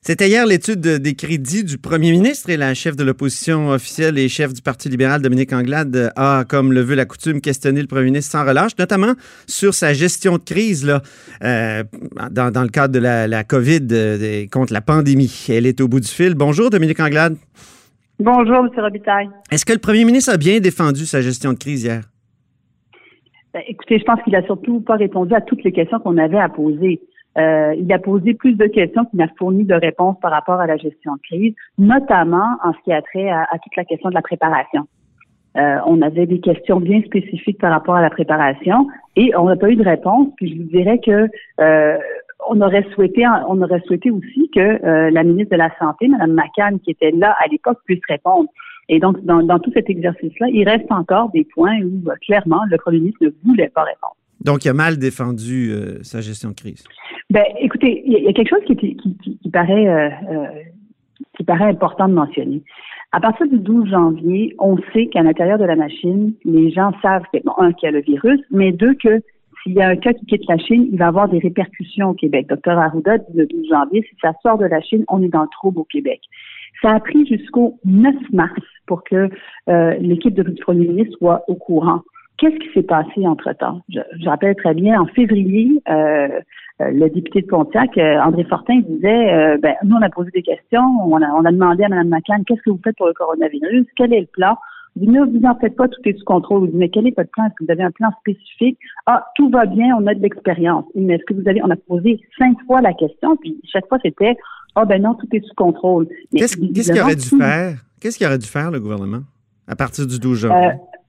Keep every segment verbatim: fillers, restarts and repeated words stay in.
C'était hier l'étude des crédits du premier ministre et la chef de l'opposition officielle et chef du Parti libéral, Dominique Anglade, a, comme le veut la coutume, questionné le premier ministre sans relâche, notamment sur sa gestion de crise là, euh, dans, dans le cadre de la, la COVID euh, contre la pandémie. Elle est au bout du fil. Bonjour, Dominique Anglade. Bonjour, M. Robitaille. Est-ce que le premier ministre a bien défendu sa gestion de crise hier? Ben, écoutez, je pense qu'il a surtout pas répondu à toutes les questions qu'on avait à poser. Euh, il a posé plus de questions qu'il n'a fourni de réponses par rapport à la gestion de crise, notamment en ce qui a trait à, à toute la question de la préparation. Euh, on avait des questions bien spécifiques par rapport à la préparation et on n'a pas eu de réponse. Puis je vous dirais que euh, on aurait souhaité, on aurait souhaité aussi que euh, la ministre de la Santé, Mme McCann, qui était là à l'époque, puisse répondre. Et donc, dans, dans tout cet exercice-là, il reste encore des points où, euh, clairement, le premier ministre ne voulait pas répondre. Donc, il a mal défendu euh, sa gestion de crise. Ben, écoutez, il y, y a quelque chose qui, qui, qui, qui paraît euh, euh, qui paraît important de mentionner. À partir du douze janvier, on sait qu'à l'intérieur de la machine, les gens savent, que, bon, un, qu'il y a le virus, mais deux, que s'il y a un cas qui quitte la Chine, il va avoir des répercussions au Québec. Docteur Arruda dit le douze janvier, si ça sort de la Chine, on est dans le trouble au Québec. Ça a pris jusqu'au neuf mars pour que euh, l'équipe du premier ministre soit au courant. Qu'est-ce qui s'est passé entre-temps? Je, je rappelle très bien, en février, euh, euh, le député de Pontiac, euh, André Fortin, disait, euh, ben, nous, on a posé des questions, on a, on a demandé à Mme McCann, qu'est-ce que vous faites pour le coronavirus? Quel est le plan? Il dit, ne vous en faites pas, tout est sous contrôle. Il dit, mais quel est votre plan? Est-ce que vous avez un plan spécifique? Ah, tout va bien, on a de l'expérience. Mais est-ce que vous avez, on a posé cinq fois la question, puis chaque fois, c'était, ah, ben non, tout est sous contrôle. Mais qu'est-ce, qu'est-ce qu'il aurait dû tout... faire? Qu'est-ce qu'il aurait dû faire, le gouvernement, à partir du douze janvier? Euh,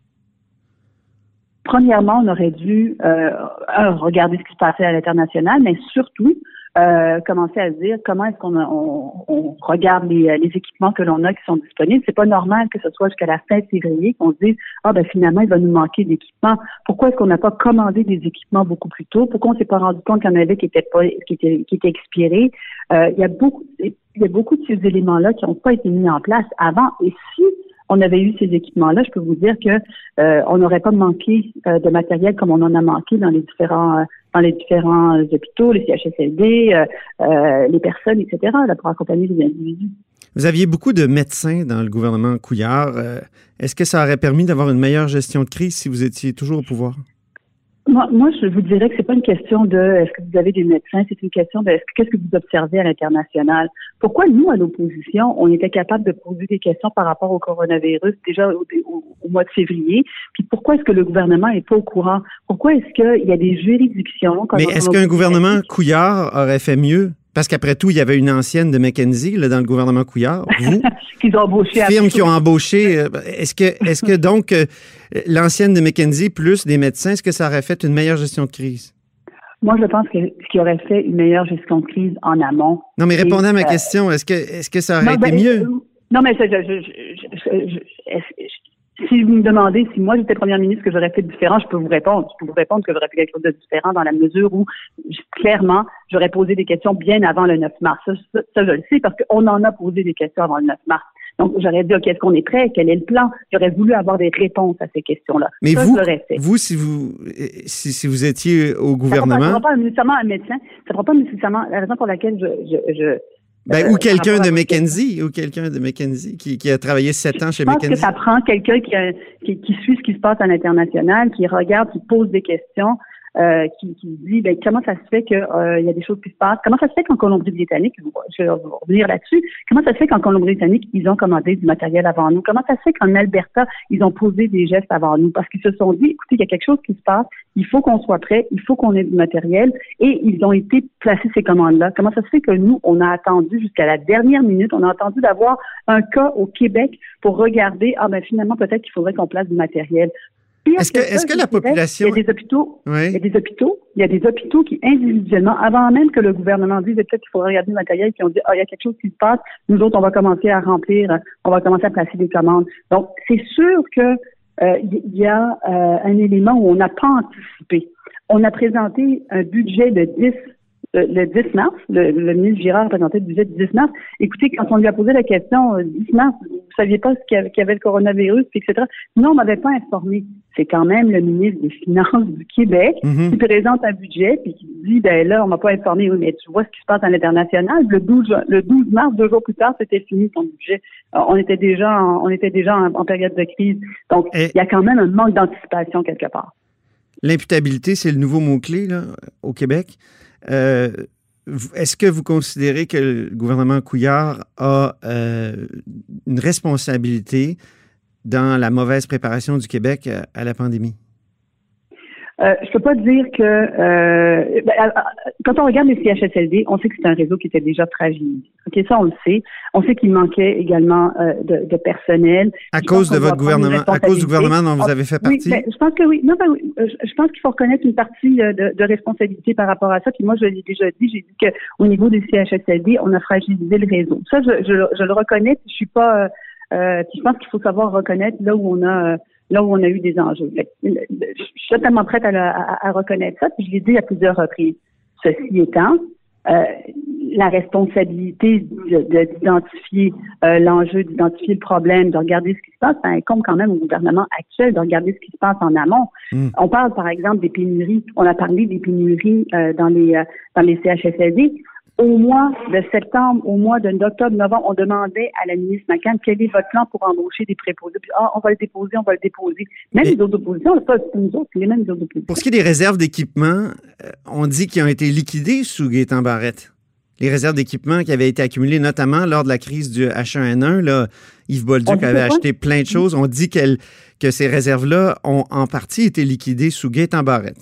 Premièrement, on aurait dû euh, regarder ce qui se passait à l'international, mais surtout euh, commencer à se dire comment est-ce qu'on on, on regarde les, les équipements que l'on a qui sont disponibles. C'est pas normal que ce soit jusqu'à la fin février qu'on se dise ah ben finalement il va nous manquer d'équipements. Pourquoi est-ce qu'on n'a pas commandé des équipements beaucoup plus tôt? Pourquoi on s'est pas rendu compte qu'il y en avait qui étaient pas qui étaient qui étaient expirés? Euh, il y a beaucoup il y a beaucoup de ces éléments-là qui n'ont pas été mis en place avant. Et si on avait eu ces équipements-là, je peux vous dire que euh, on n'aurait pas manqué euh, de matériel comme on en a manqué dans les différents euh, dans les différents hôpitaux, les C H S L D, euh, euh, les personnes, et cetera, là, pour accompagner les individus. Vous aviez beaucoup de médecins dans le gouvernement Couillard. Euh, est-ce que ça aurait permis d'avoir une meilleure gestion de crise si vous étiez toujours au pouvoir? Moi, moi, je vous dirais que c'est pas une question de est-ce que vous avez des médecins, c'est une question de est-ce que, qu'est-ce que vous observez à l'international. Pourquoi nous, à l'opposition, on était capable de poser des questions par rapport au coronavirus déjà au, au, au mois de février, puis pourquoi est-ce que le gouvernement est pas au courant? Pourquoi est-ce qu'il y a des juridictions... Mais est-ce qu'un gouvernement Couillard aurait fait mieux? Parce qu'après tout, il y avait une ancienne de McKenzie là, dans le gouvernement Couillard. Vous, qu'ils ont embauché. Firmes qui ont embauché. Est-ce que, est-ce que donc euh, l'ancienne de McKenzie plus des médecins, est-ce que ça aurait fait une meilleure gestion de crise? Moi, je pense que ce qui aurait fait une meilleure gestion de crise en amont. Non, mais répondez à ma euh, question. Est-ce que, est-ce que ça aurait non, été ben, mieux? Non, mais je, je, je, je, je, je si vous me demandez si moi j'étais première ministre que j'aurais fait différent, je peux vous répondre. Je peux vous répondre que j'aurais fait quelque chose de différent dans la mesure où, clairement, j'aurais posé des questions bien avant le neuf mars. Ça, ça, ça je le sais parce qu'on en a posé des questions avant le neuf mars. Donc, j'aurais dit, OK, est-ce qu'on est prêt? Quel est le plan? J'aurais voulu avoir des réponses à ces questions-là. Mais ça, vous, je l'aurais fait. vous, si vous, si, si vous étiez au gouvernement... Ça ne prend pas nécessairement un médecin. Ça ne prend pas nécessairement... La raison pour laquelle je... je, je Ben, euh, ou quelqu'un de McKenzie, ou quelqu'un de McKenzie qui, qui a travaillé sept ans chez McKenzie. Je pense que ça prend quelqu'un qui, a, qui, qui suit ce qui se passe à l'international, qui regarde, qui pose des questions, euh, qui, qui dit ben, comment ça se fait qu'il euh, y a des choses qui se passent. Comment ça se fait qu'en Colombie-Britannique, je vais revenir là-dessus, comment ça se fait qu'en Colombie-Britannique, ils ont commandé du matériel avant nous? Comment ça se fait qu'en Alberta, ils ont posé des gestes avant nous? Parce qu'ils se sont dit, écoutez, il y a quelque chose qui se passe, il faut qu'on soit prêt, il faut qu'on ait du matériel, et ils ont été placés ces commandes-là. Comment ça se fait que nous, on a attendu jusqu'à la dernière minute, on a attendu d'avoir un cas au Québec pour regarder, ah ben finalement, peut-être qu'il faudrait qu'on place du matériel. Est-ce que, est-ce que la population... Il y a des hôpitaux, oui. il y a des hôpitaux, il y a des hôpitaux qui, individuellement, avant même que le gouvernement dise peut-être qu'il faudrait regarder le matériel, qui ont dit, ah, il y a quelque chose qui se passe, nous autres, on va commencer à remplir, on va commencer à placer des commandes. Donc, c'est sûr que euh, il y a euh, un élément où on n'a pas anticipé. On a présenté un budget de dix le, le dix mars, le, le ministre Girard a présenté le budget du dix mars. Écoutez, quand on lui a posé la question, euh, dix mars, vous saviez pas ce qu'il y avait, qu'il y avait le coronavirus, et cetera. Non, on m'avait pas informé. C'est quand même le ministre des Finances du Québec mm-hmm. qui présente un budget puis qui dit, ben là, on m'a pas informé. Oui, mais tu vois ce qui se passe à l'international. Le douze, le douze mars, deux jours plus tard, c'était fini ton budget. Alors, on était déjà, en, on était déjà en, en période de crise. Donc, il y a quand même un manque d'anticipation quelque part. L'imputabilité, c'est le nouveau mot-clé là, au Québec. Euh, est-ce que vous considérez que le gouvernement Couillard a euh, une responsabilité dans la mauvaise préparation du Québec à la pandémie? Euh, je peux pas dire que euh, ben, quand on regarde les C H S L D, on sait que c'est un réseau qui était déjà fragilisé. Ok, ça on le sait. On sait qu'il manquait également euh, de, de personnel. À je cause de votre gouvernement, à cause du gouvernement dont vous avez fait partie. Oui, ben, je pense que oui. Non, ben, oui. Je, je pense qu'il faut reconnaître une partie de, de responsabilité par rapport à ça. Puis moi, je l'ai déjà dit. J'ai dit que au niveau des C H S L D, on a fragilisé le réseau. Ça, je, je, je le reconnais. Je suis pas. Euh, puis je pense qu'il faut savoir reconnaître là où on a. Euh, là où on a eu des enjeux. Je suis totalement prête à, la, à, à reconnaître ça, puis je l'ai dit à plusieurs reprises. Ceci étant, euh, la responsabilité de, de, d'identifier euh, l'enjeu, d'identifier le problème, de regarder ce qui se passe, ça incombe quand même au gouvernement actuel de regarder ce qui se passe en amont. Mmh. On parle par exemple des pénuries, on a parlé des pénuries euh, dans les euh, dans les C H S L D. Au mois de septembre, au mois d'octobre, novembre, on demandait à la ministre McCann quel est votre plan pour embaucher des préposés. Puis, ah, on va le déposer, on va le déposer. Même Et les autres oppositions, c'est pas nous autres, c'est les mêmes autres oppositions. Pour ce qui est des réserves d'équipement, on dit qu'ils ont été liquidées sous Gaétan Barrette. Les réserves d'équipement qui avaient été accumulées notamment lors de la crise du H un N un, là, Yves Bolduc avait acheté plein de choses. On dit qu'elle, que ces réserves-là ont en partie été liquidées sous Gaétan Barrette.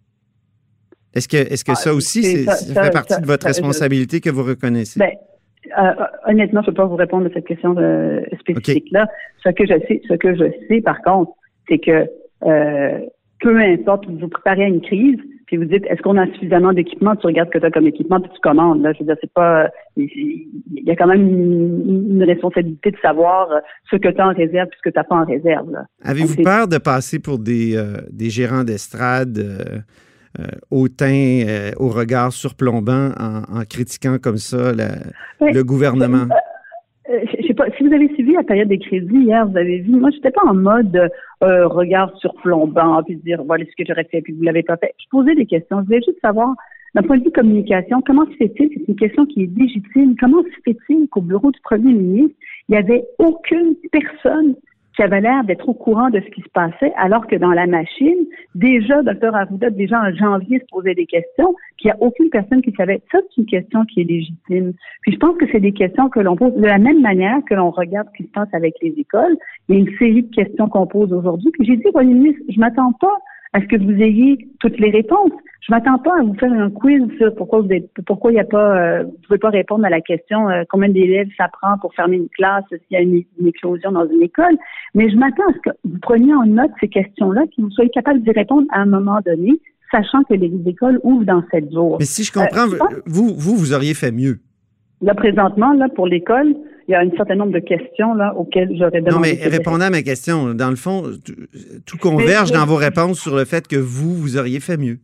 Est-ce que, est-ce que ah, ça aussi, c'est, ça, ça, ça fait partie ça, de votre ça, responsabilité je, que vous reconnaissez? Ben, euh, honnêtement, je ne peux pas vous répondre à cette question de, spécifique-là. Okay. Ce que je sais, ce que je sais, par contre, c'est que euh, peu importe, vous vous préparez à une crise, puis vous dites, est-ce qu'on a suffisamment d'équipement? Tu regardes ce que tu as comme équipement, puis tu commandes. Là, je veux dire, c'est pas, il y a quand même une, une responsabilité de savoir ce que tu as en réserve, puis ce que tu n'as pas en réserve. Là. Avez-vous Donc, peur de passer pour des, euh, des gérants d'estrade? Euh... Euh, hautain, euh, au regard surplombant en, en critiquant comme ça la, ouais, le gouvernement? Euh, euh, je sais pas, si vous avez suivi la période des crédits hier, vous avez vu, moi, j'étais pas en mode euh, regard surplombant, puis dire, voilà ce que j'aurais fait, puis vous l'avez pas fait. Je posais des questions. Je voulais juste savoir, d'un point de vue communication, comment se fait-il, c'est une question qui est légitime, comment se fait-il qu'au bureau du premier ministre, il n'y avait aucune personne qui avait l'air d'être au courant de ce qui se passait, alors que dans la machine, déjà, Dr Arruda, déjà en janvier, se posait des questions, puis il n'y a aucune personne qui savait. Ça, c'est une question qui est légitime. Puis je pense que c'est des questions que l'on pose de la même manière que l'on regarde ce qui se passe avec les écoles. Il y a une série de questions qu'on pose aujourd'hui. Puis j'ai dit, Premier ministre, je m'attends pas à ce que vous ayez toutes les réponses. Je m'attends pas à vous faire un quiz sur pourquoi vous êtes, pourquoi il y a pas, euh, vous pouvez pas répondre à la question euh, combien d'élèves ça prend pour fermer une classe s'il y a une, une éclosion dans une école. Mais je m'attends à ce que vous preniez en note ces questions-là, que vous soyez capable d'y répondre à un moment donné, sachant que les écoles ouvrent dans sept jours. Mais si je comprends, euh, vous, vous, vous auriez fait mieux. Là, présentement, là, pour l'école, il y a un certain nombre de questions là auxquelles j'aurais demandé. Non, mais répondez à ma question. Dans le fond, tout converge mais, dans vos réponses sur le fait que vous, vous auriez fait mieux.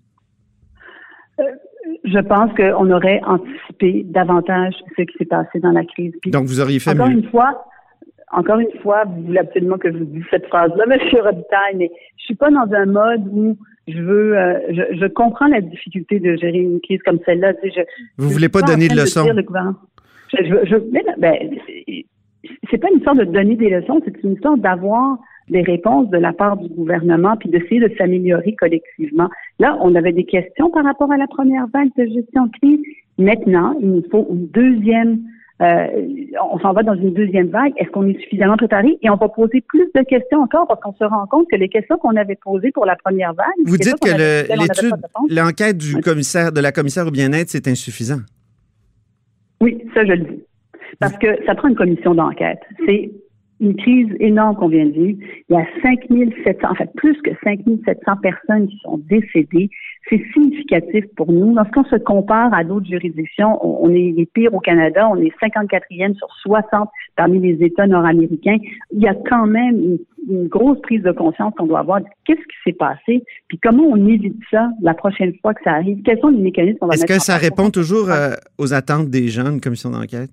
Euh, je pense qu'on aurait anticipé davantage ce qui s'est passé dans la crise. Puis, donc, vous auriez fait encore mieux. Une fois, encore une fois, vous voulez absolument que je vous dise cette phrase-là, M. Robitaille, mais je suis pas dans un mode où je veux, euh, je, je comprends la difficulté de gérer une crise comme celle-là. Tu sais, je, vous ne voulez pas donner de leçons? Je, je, je, ben, c'est pas une histoire de donner des leçons, c'est une histoire d'avoir des réponses de la part du gouvernement puis d'essayer de s'améliorer collectivement. Là, on avait des questions par rapport à la première vague de gestion de crise. Maintenant, il nous faut une deuxième, euh, on s'en va dans une deuxième vague. Est-ce qu'on est suffisamment préparé? Et on va poser plus de questions encore parce qu'on se rend compte que les questions qu'on avait posées pour la première vague... Vous dites que le, l'étude, l'enquête du commissaire, de la commissaire au bien-être, c'est insuffisant. Oui, ça, je le dis. Parce que ça prend une commission d'enquête. C'est une crise énorme qu'on vient de vivre. Il y a cinq mille sept cents, en fait, plus que cinq mille sept cents personnes qui sont décédées. C'est significatif pour nous. Lorsqu'on se compare à d'autres juridictions, on, on est les pires au Canada. On est cinquante-quatrième sur soixante parmi les États nord-américains. Il y a quand même une, une grosse prise de conscience qu'on doit avoir. Qu'est-ce qui s'est passé? Puis comment on évite ça la prochaine fois que ça arrive? Quels sont les mécanismes qu'on va Est-ce mettre en place? Est-ce que ça répond toujours euh, aux attentes des gens, une commission d'enquête?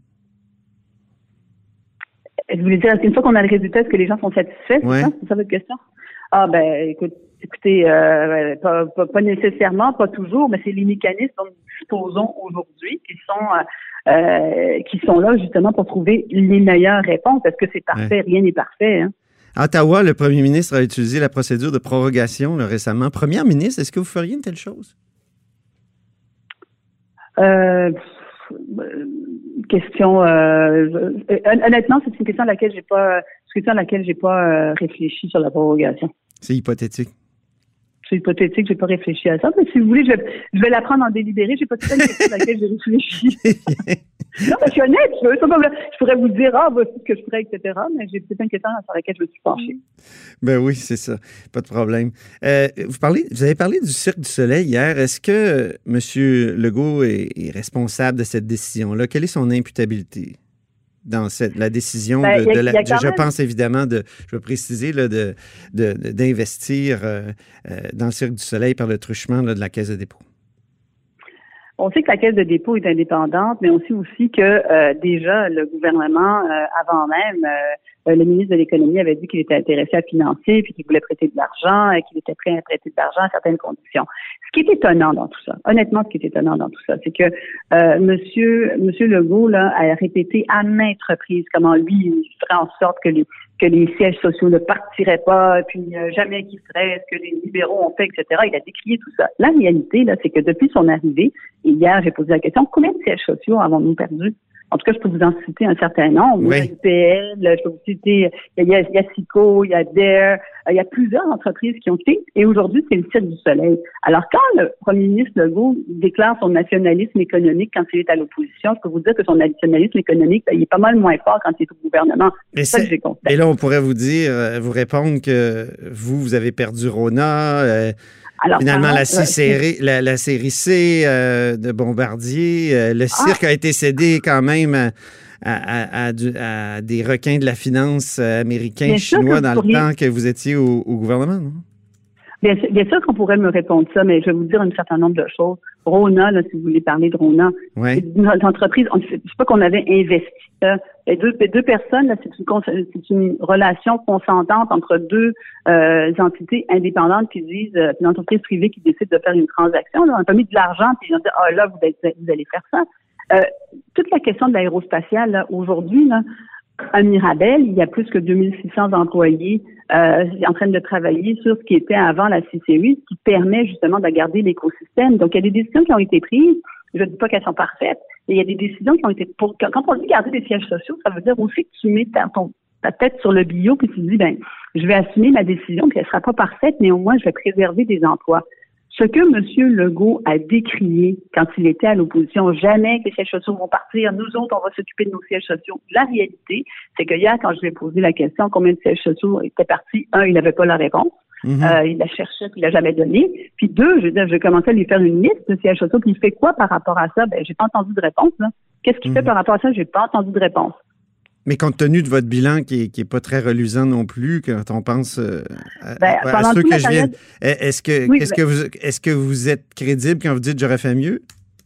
Je voulais dire, une fois qu'on a le résultat, est-ce que les gens sont satisfaits? Ouais. C'est ça? C'est ça votre question? Ah, ben, écoute, écoutez, euh, pas, pas, pas nécessairement, pas toujours, mais c'est les mécanismes dont nous disposons aujourd'hui qui sont, euh, qui sont là justement pour trouver les meilleures réponses. Est-ce que c'est parfait? Ouais. Rien n'est parfait, hein? À Ottawa, le premier ministre a utilisé la procédure de prorogation là, récemment. Première ministre, est-ce que vous feriez une telle chose? Euh, question. Euh, honnêtement, c'est une question à laquelle j'ai pas, c'est une question à laquelle j'ai pas euh, réfléchi sur la prorogation. C'est hypothétique. C'est hypothétique, j'ai pas réfléchi à ça. Mais si vous voulez, je vais, je vais la prendre en délibéré. J'ai pas tout une question à laquelle j'ai réfléchi. Non, mais je suis honnête. Je, je pourrais vous dire, ah, voici ce que je ferais, et cetera. Mais j'ai peut-être une question sur laquelle je me suis penchée. Ben oui, c'est ça. Pas de problème. Euh, vous parlez, vous avez parlé du Cirque du Soleil hier. Est-ce que euh, M. Legault est, est responsable de cette décision-là? Quelle est son imputabilité dans cette, la décision ben, de, de la, je, je pense évidemment de, je veux préciser, là, de, de, de, d'investir euh, euh, dans le Cirque du Soleil par le truchement là, de la Caisse de dépôt? On sait que la Caisse de dépôt est indépendante, mais on sait aussi que euh, déjà le gouvernement, euh, avant même, euh, le ministre de l'Économie avait dit qu'il était intéressé à financer, puis qu'il voulait prêter de l'argent, et qu'il était prêt à prêter de l'argent à certaines conditions. Ce qui est étonnant dans tout ça, honnêtement, ce qui est étonnant dans tout ça, c'est que euh, Monsieur Monsieur Legault là a répété à maintes reprises comment lui il ferait en sorte que les que les sièges sociaux ne partiraient pas, puis euh, jamais qu'ils seraient, ce que les libéraux ont fait, et cetera. Il a décrié tout ça. La réalité, là, c'est que depuis son arrivée, et hier, j'ai posé la question, combien de sièges sociaux avons-nous perdus? En tout cas, je peux vous en citer un certain nombre. Oui. Il y a U P L, je peux vous citer, il y a, il y a Sico, il y a D A R E, il y a plusieurs entreprises qui ont quitté, et aujourd'hui, c'est le Cirque du Soleil. Alors, quand le premier ministre Legault déclare son nationalisme économique quand il est à l'opposition, je peux vous dire que son nationalisme économique, il est pas mal moins fort quand il est au gouvernement. C'est ça que j'ai constaté. Et là, on pourrait vous dire, vous répondre que vous, vous avez perdu Rona, euh, Alors, finalement, la, C, série, la, la série C euh, de Bombardier, euh, le cirque ah. a été cédé quand même à, à, à, à, à des requins de la finance américains, chinois, dans pourriez... le temps que vous étiez au, au gouvernement, non? Bien, bien sûr qu'on pourrait me répondre ça, mais je vais vous dire un certain nombre de choses. Rona, là, si vous voulez parler de Rona, ouais. c'est une entreprise, on ne sait pas qu'on avait investi. Euh, les deux, les deux personnes, là, c'est, une, c'est une relation consentante entre deux euh, entités indépendantes qui disent, euh, une entreprise privée qui décide de faire une transaction. Là, on a pas mis de l'argent, puis ils ont dit, ah là, vous allez, vous allez faire ça. Euh, toute la question de l'aérospatiale, là, aujourd'hui, là, à Mirabel, il y a plus que deux mille six cents employés euh, en train de travailler sur ce qui était avant la C C U, ce qui permet justement de garder l'écosystème. Donc, il y a des décisions qui ont été prises. Je ne dis pas qu'elles sont parfaites, mais il y a des décisions qui ont été... Pour, quand on dit garder des sièges sociaux, ça veut dire aussi que tu mets ta, ton, ta tête sur le bio puis tu dis, ben, je vais assumer ma décision, puis elle ne sera pas parfaite, mais au moins, je vais préserver des emplois. Ce que M. Legault a décrié quand il était à l'opposition, jamais que les sièges sociaux vont partir, nous autres, on va s'occuper de nos sièges sociaux. La réalité, c'est que hier, quand je lui ai posé la question combien de sièges sociaux étaient partis, un, il n'avait pas la réponse. Mm-hmm. Euh, il la cherchait, puis il l'a jamais donné. Puis deux, je veux dire, j'ai commencé à lui faire une liste de sièges sociaux, puis il fait quoi par rapport à ça? Ben, j'ai pas entendu de réponse, là. Qu'est-ce qu'il mm-hmm. fait par rapport à ça? J'ai pas entendu de réponse. Mais compte tenu de votre bilan qui est, qui est pas très reluisant non plus, quand on pense euh, à, ben, à, à ceux que je viens, période... est-ce que, oui, qu'est-ce ben... que vous, est-ce que vous êtes crédible quand vous dites j'aurais fait mieux?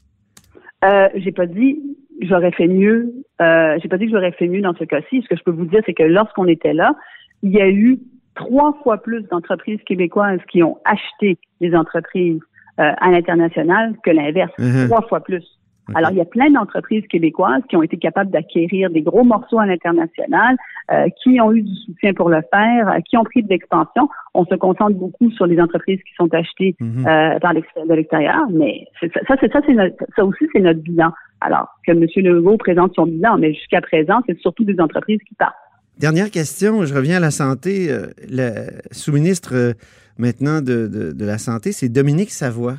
Euh, j'ai pas dit j'aurais fait mieux. Euh, j'ai pas dit que j'aurais fait mieux dans ce cas-ci. Ce que je peux vous dire, c'est que lorsqu'on était là, il y a eu trois fois plus d'entreprises québécoises qui ont acheté des entreprises euh, à l'international que l'inverse. Uh-huh. Trois fois plus. Okay. Alors, il y a plein d'entreprises québécoises qui ont été capables d'acquérir des gros morceaux à l'international, euh, qui ont eu du soutien pour le faire, euh, qui ont pris de l'expansion. On se concentre beaucoup sur les entreprises qui sont achetées mm-hmm. euh, par l'extérieur, de l'extérieur, mais c'est, ça, c'est, ça, c'est notre, ça aussi, c'est notre bilan. Alors, que M. Legault présente son bilan, mais jusqu'à présent, c'est surtout des entreprises qui partent. Dernière question, je reviens à la santé. Le sous-ministre euh, maintenant de, de, de la Santé, c'est Dominique Savoie.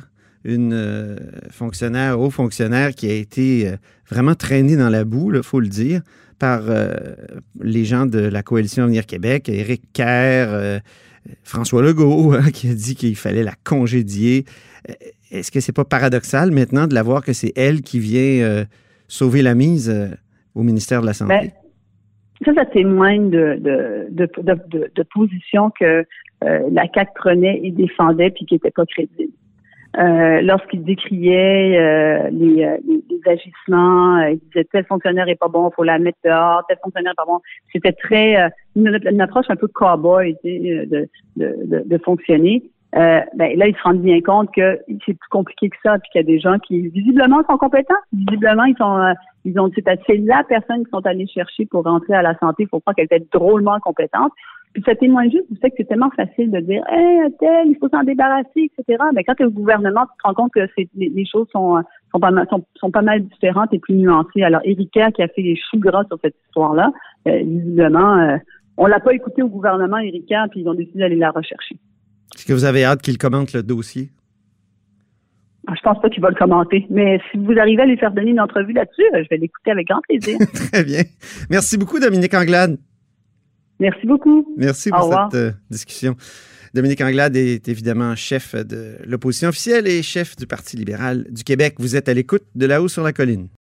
une euh, fonctionnaire, haut fonctionnaire qui a été euh, vraiment traînée dans la boue, il faut le dire, par euh, les gens de la Coalition Avenir Québec, Éric Kerr, euh, François Legault, hein, qui a dit qu'il fallait la congédier. Est-ce que c'est pas paradoxal maintenant de la voir que c'est elle qui vient euh, sauver la mise euh, au ministère de la Santé? Ben, ça, ça témoigne de, de, de, de, de, de positions que euh, la C A Q prenait et défendait puis qui n'étaient pas crédibles. Euh, lorsqu'il décriait euh, les, les, les agissements, euh, il disait tel fonctionnaire est pas bon, il faut la mettre dehors, tel fonctionnaire est pas bon. C'était très euh, une, une approche un peu cow-boy de, de, de, de fonctionner. Euh, ben, là, ils se rendent bien compte que c'est plus compliqué que ça, puis qu'il y a des gens qui visiblement sont compétents. Visiblement, ils sont euh, ils ont c'est la personne qu'ils sont allés chercher pour rentrer à la santé. Il faut croire qu'elle était drôlement compétente. Puis ça témoigne juste du fait que c'est tellement facile de dire hey, tel, il faut s'en débarrasser, et cetera. Mais quand tu es au gouvernement, tu te rends compte que c'est, les, les choses sont, sont, pas mal, sont, sont pas mal différentes et plus nuancées. Alors, Erika, qui a fait les choux gras sur cette histoire-là, euh, visiblement, euh, on l'a pas écouté au gouvernement, Erika, puis ils ont décidé d'aller la rechercher. Est-ce que vous avez hâte qu'il commente le dossier? Je pense pas qu'il va le commenter, mais si vous arrivez à lui faire donner une entrevue là-dessus, je vais l'écouter avec grand plaisir. Très bien. Merci beaucoup, Dominique Anglade. Merci beaucoup. Merci pour cette euh, discussion. Dominique Anglade est évidemment chef de l'opposition officielle et chef du Parti libéral du Québec. Vous êtes à l'écoute de Là-haut sur la colline.